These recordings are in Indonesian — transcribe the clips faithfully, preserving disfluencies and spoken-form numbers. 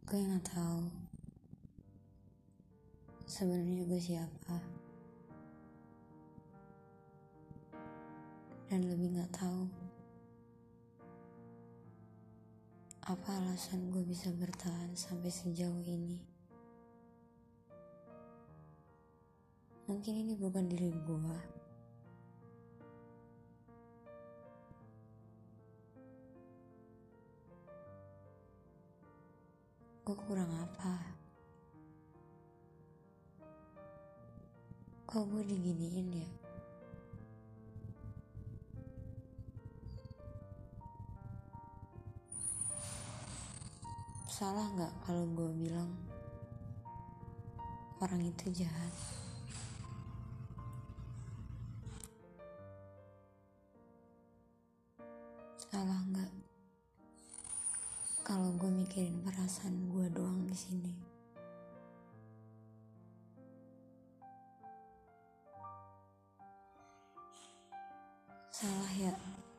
Gue nggak tahu sebenarnya gue siapa, dan lebih nggak tahu apa alasan gue bisa bertahan sampai sejauh ini. Mungkin ini bukan diri gue. Gue kurang apa? Kok gue diginiin ya? Salah gak kalau gue bilang orang itu jahat? Salah gak kalau gue mikirin perasaan gue doang di sini? Salah ya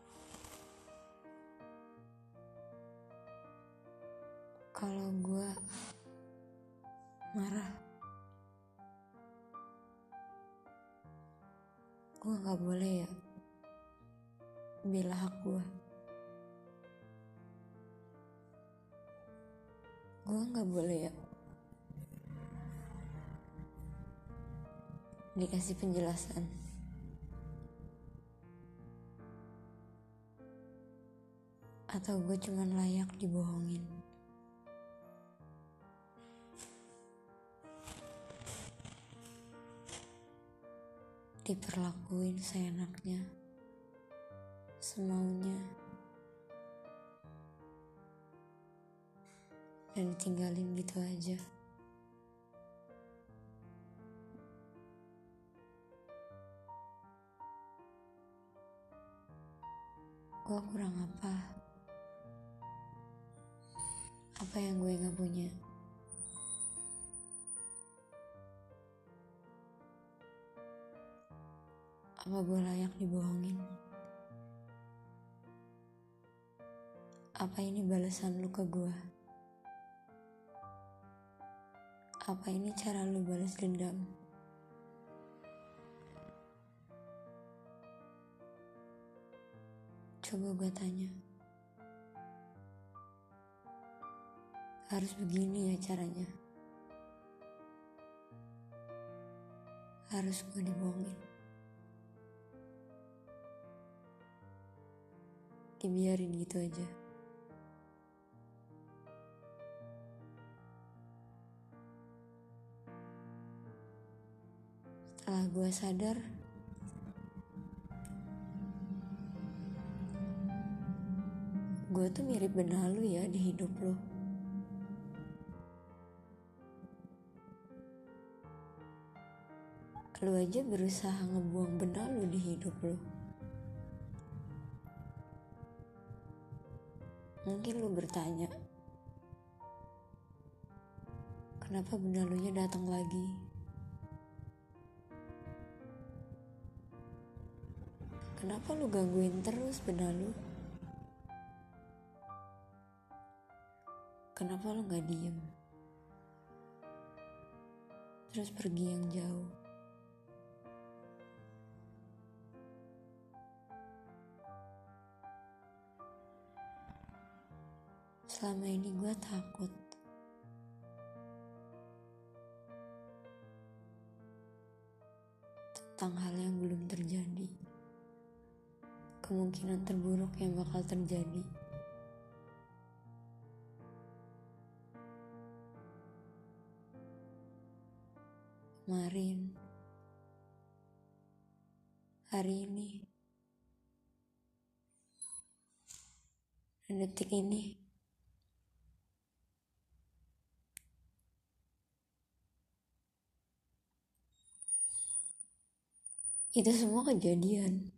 kalau gue marah? Gue gak boleh ya bela hak gue? Gue gak boleh ya dikasih penjelasan? Atau gue cuman layak dibohongin? Diperlakuin seenaknya, semaunya, dan ditinggalin gitu aja. Gue kurang apa? Apa yang gue gak punya? Apa gue layak dibohongin? Apa ini balasan lu ke gue? Apa ini cara lu balas dendam? Coba gue tanya, harus begini ya caranya? Harus gue dibohongin? Dibiarin gitu aja? Setelah gue sadar, gue tuh mirip benalu ya di hidup lo. Lu aja berusaha ngebuang benalu di hidup lo. Mungkin lu bertanya, kenapa benalunya datang lagi? Kenapa lu gangguin terus benalu? Kenapa lu gak diem? Terus pergi yang jauh? Selama ini gue takut tentang hal yang belum terjadi, kemungkinan terburuk yang bakal terjadi. Kemarin, hari ini, dan detik ini. Itu semua kejadian.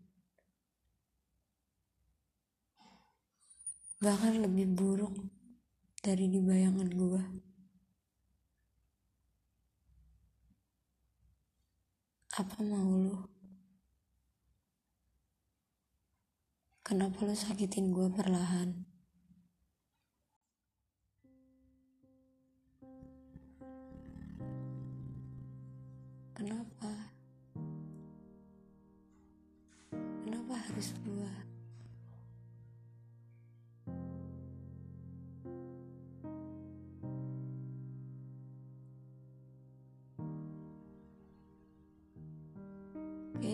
Bahkan lebih buruk dari di bayangan gue. Apa mau lu? Kenapa lu sakitin gue perlahan?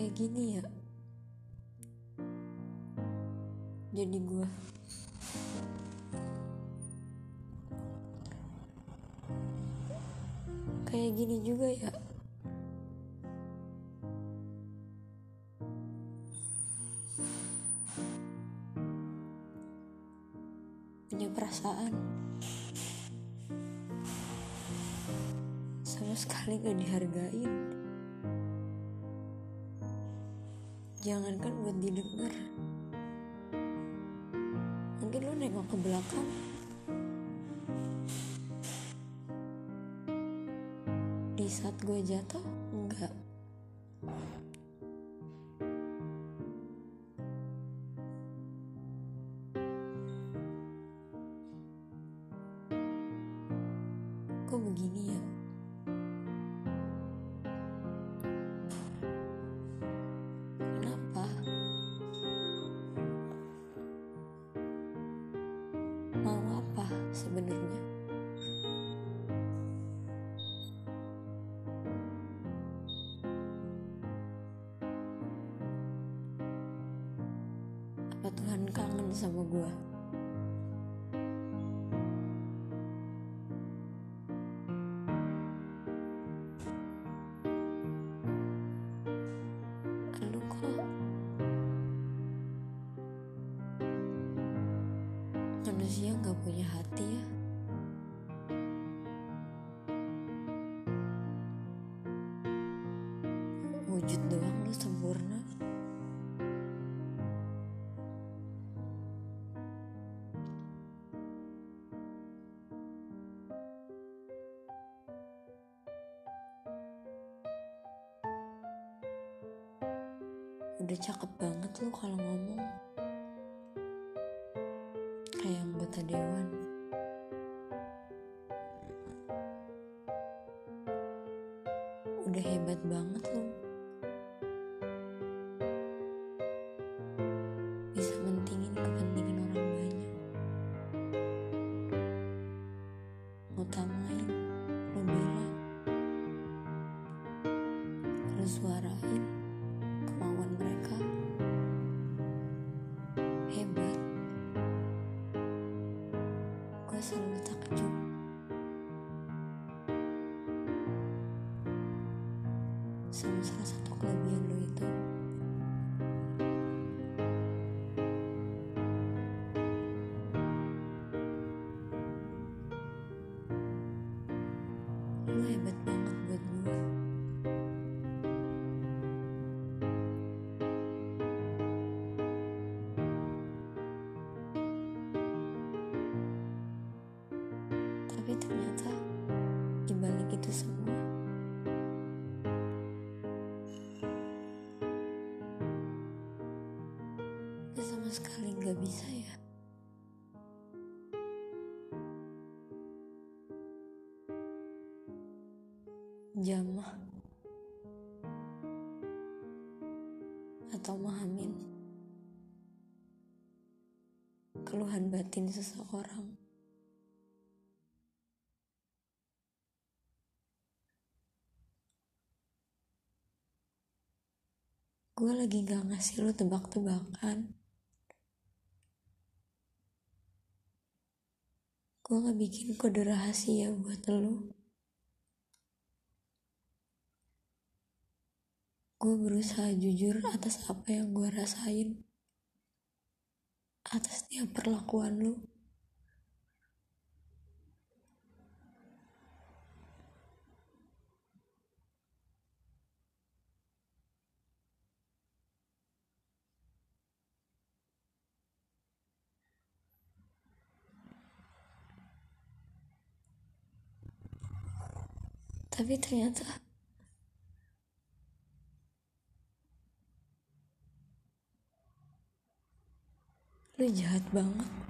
kayak gini ya. Jadi gue kayak gini juga ya. Punya perasaan sama sekali gak dihargain. Jangankan buat didengar, mungkin lu nengok ke belakang, di saat gue jatuh, enggak. Kok begini ya? Kenapa? Mau apa sebenarnya? Apa Tuhan kangen sama gue? Lu kok manusia gak punya hati ya? Wujud doang lu sempurna. Udah cakep banget lu kalau ngomong, kayak anggota dewan. Udah hebat banget lu, bisa mentingin kepentingan orang banyak, ngutamain, lu bela, lu suarain kemauan mereka. Hebat. Gue selalu takjub sama salah satu kelebihan lo itu. Lo hebat banget buat gue. Tapi ternyata dibalik itu semua, lu sama sekali gak bisa ya. Jamah atau memahami keluhan batin seseorang. Gue lagi gak ngasih lu tebak-tebakan. Gue gak bikin kode rahasia buat lu. Gue berusaha jujur atas apa yang gue rasain, atas tiap perlakuan lu. Tapi ternyata lu jahat banget.